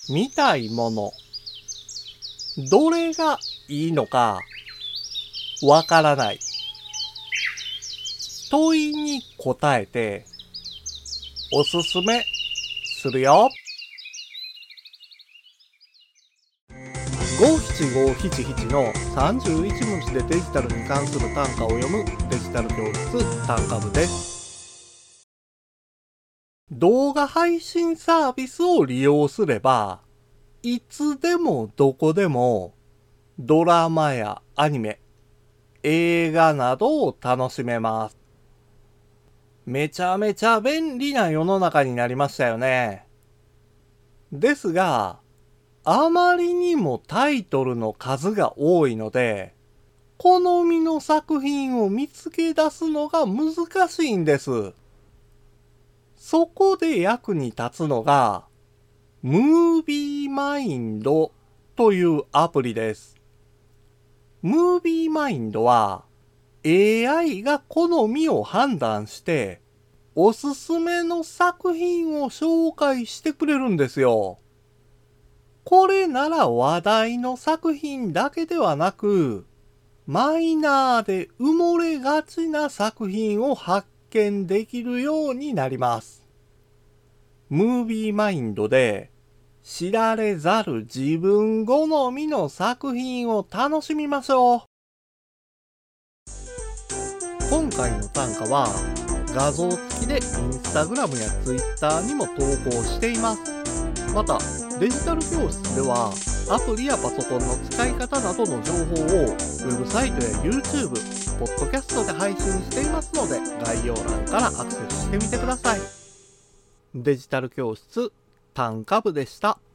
見たいもの、どれがいいのかわからない問いに答えておすすめするよ。五七五七七の31文字でデジタルに関する単価を読むデジタル教室単価部です。動画配信サービスを利用すれば、いつでもどこでもドラマやアニメ、映画などを楽しめます。めちゃめちゃ便利な世の中になりましたよね。ですが、あまりにもタイトルの数が多いので、好みの作品を見つけ出すのが難しいんです。そこで役に立つのが、ムービーマインドというアプリです。ムービーマインドは AI が好みを判断しておすすめの作品を紹介してくれるんですよ。これなら話題の作品だけではなく、マイナーで埋もれがちな作品を発見できるようになります。ムービーマインドで知られざる自分好みの作品を楽しみましょう。今回の単価は画像付きでインスタグラムやツイッターにも投稿しています。またデジタル教室ではアプリやパソコンの使い方などの情報をウェブサイトや YouTube、ポッドキャストで配信していますので概要欄からアクセスしてみてください。デジタル教室単価部でした。